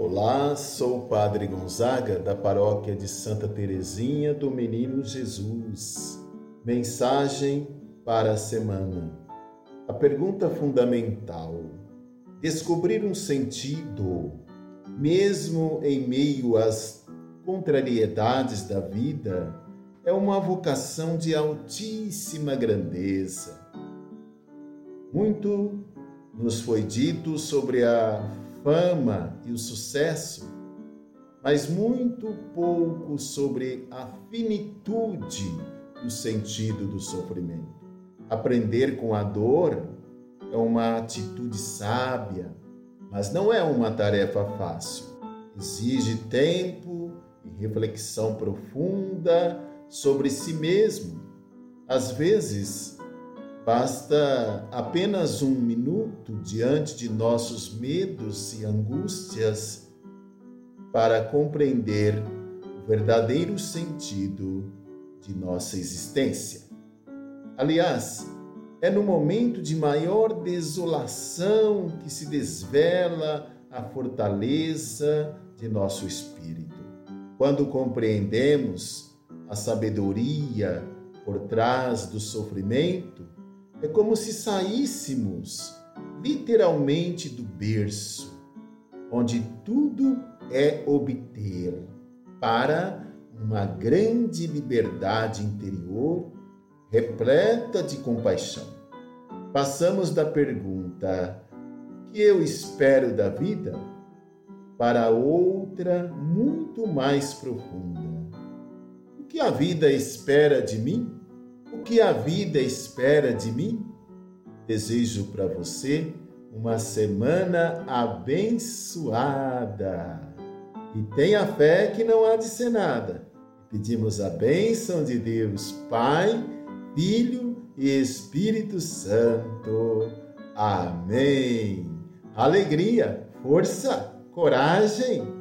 Olá, sou o Padre Gonzaga, da paróquia de Santa Teresinha do Menino Jesus. Mensagem para a semana. A pergunta fundamental: descobrir um sentido, mesmo em meio às contrariedades da vida, é uma vocação de altíssima grandeza. Muito nos foi dito sobre a fama e o sucesso, mas muito pouco sobre a finitude e o sentido do sofrimento. Aprender com a dor é uma atitude sábia, mas não é uma tarefa fácil. Exige tempo e reflexão profunda sobre si mesmo. Às vezes, basta apenas um minuto diante de nossos medos e angústias para compreender o verdadeiro sentido de nossa existência. Aliás, é no momento de maior desolação que se desvela a fortaleza de nosso espírito. Quando compreendemos a sabedoria por trás do sofrimento, é como se saíssemos literalmente do berço, onde tudo é obter, para uma grande liberdade interior repleta de compaixão. Passamos da pergunta: o que eu espero da vida? Para outra muito mais profunda: o que a vida espera de mim? O que a vida espera de mim? Desejo para você uma semana abençoada. E tenha fé que não há de ser nada. Pedimos a bênção de Deus, Pai, Filho e Espírito Santo. Amém. Alegria, força, coragem.